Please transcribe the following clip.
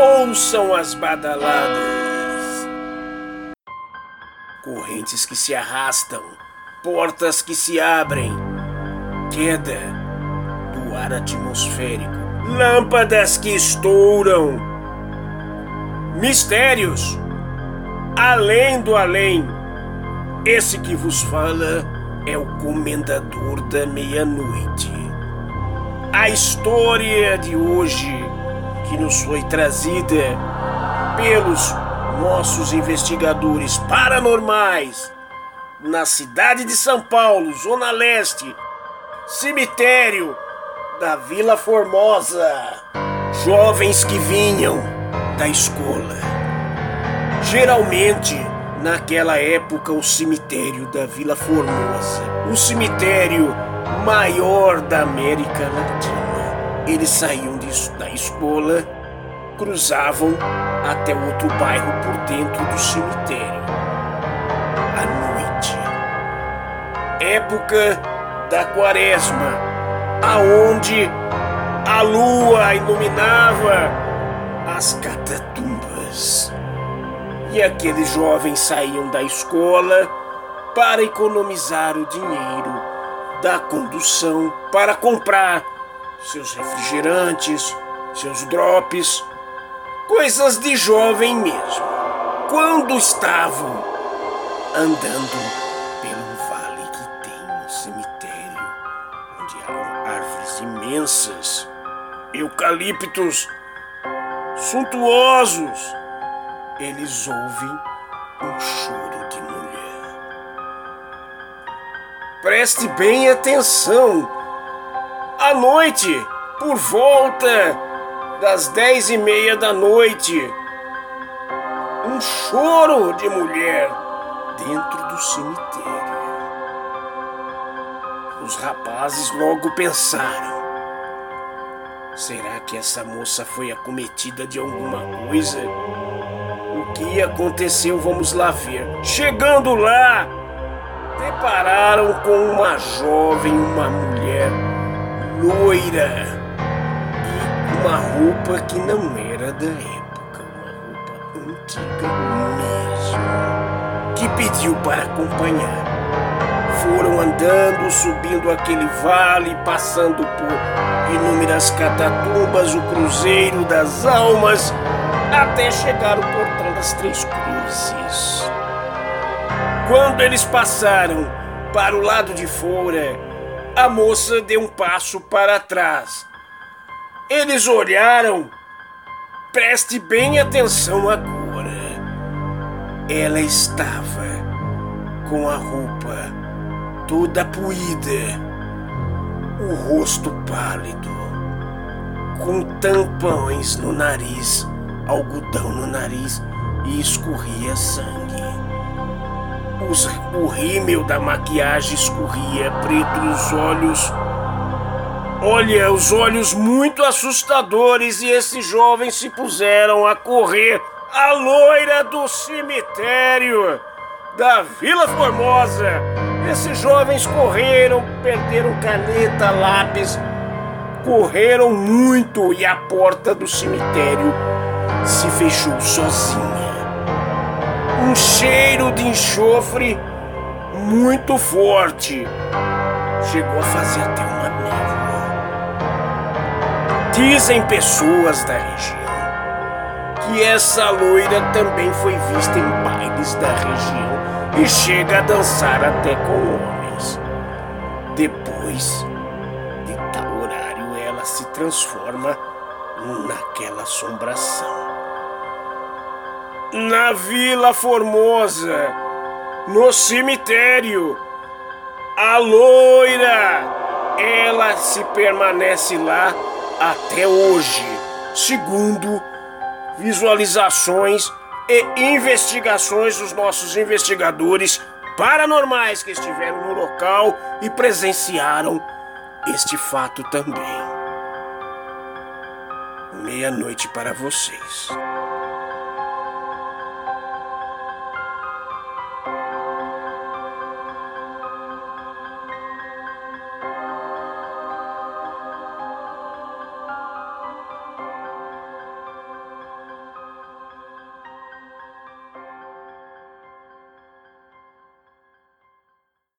Ouçam as badaladas, correntes que se arrastam, portas que se abrem, queda do ar atmosférico, lâmpadas que estouram, mistérios além do além. Esse que vos fala é o Comendador da Meia-Noite. A história de hoje que nos foi trazida pelos nossos investigadores paranormais na cidade de São Paulo, Zona Leste, cemitério da Vila Formosa. Jovens que vinham da escola. Geralmente, naquela época, o cemitério da Vila Formosa, o cemitério maior da América Latina. Eles saíam da escola, cruzavam até outro bairro por dentro do cemitério. À noite. Época da quaresma, aonde a lua iluminava as catatumbas. E aqueles jovens saíam da escola para economizar o dinheiro da condução, para comprar seus refrigerantes, seus drops, coisas de jovem mesmo. Quando estavam andando pelo vale que tem no cemitério, onde há árvores imensas, eucaliptos suntuosos, eles ouvem um choro de mulher. Preste bem atenção. À noite, por volta das 10:30 da noite, um choro de mulher dentro do cemitério. Os rapazes logo pensaram: será que essa moça foi acometida de alguma coisa? O que aconteceu? Vamos lá ver. Chegando lá, depararam com uma jovem, uma mulher loira e uma roupa que não era da época, uma roupa antiga mesmo, que pediu para acompanhar. Foram andando, subindo aquele vale, passando por inúmeras catatumbas, o Cruzeiro das Almas, até chegar ao Portão das Três Cruzes. Quando eles passaram para o lado de fora, a moça deu um passo para trás. Eles olharam. Preste bem atenção agora. Ela estava com a roupa toda puída, o rosto pálido, com tampões no nariz, algodão no nariz, e escorria sangue. O rímel da maquiagem escorria preto e os olhos... Olha, os olhos muito assustadores, e esses jovens se puseram a correr. A loira do cemitério da Vila Formosa. Esses jovens correram, perderam caneta, lápis, correram muito, e a porta do cemitério se fechou sozinha. Um cheiro de enxofre muito forte chegou a fazer até uma névoa. Dizem pessoas da região que essa loira também foi vista em bailes da região e chega a dançar até com homens. Depois de tal horário, ela se transforma naquela assombração. Na Vila Formosa, no cemitério, a loira, ela se permanece lá até hoje, segundo visualizações e investigações dos nossos investigadores paranormais que estiveram no local e presenciaram este fato também. Meia-noite para vocês.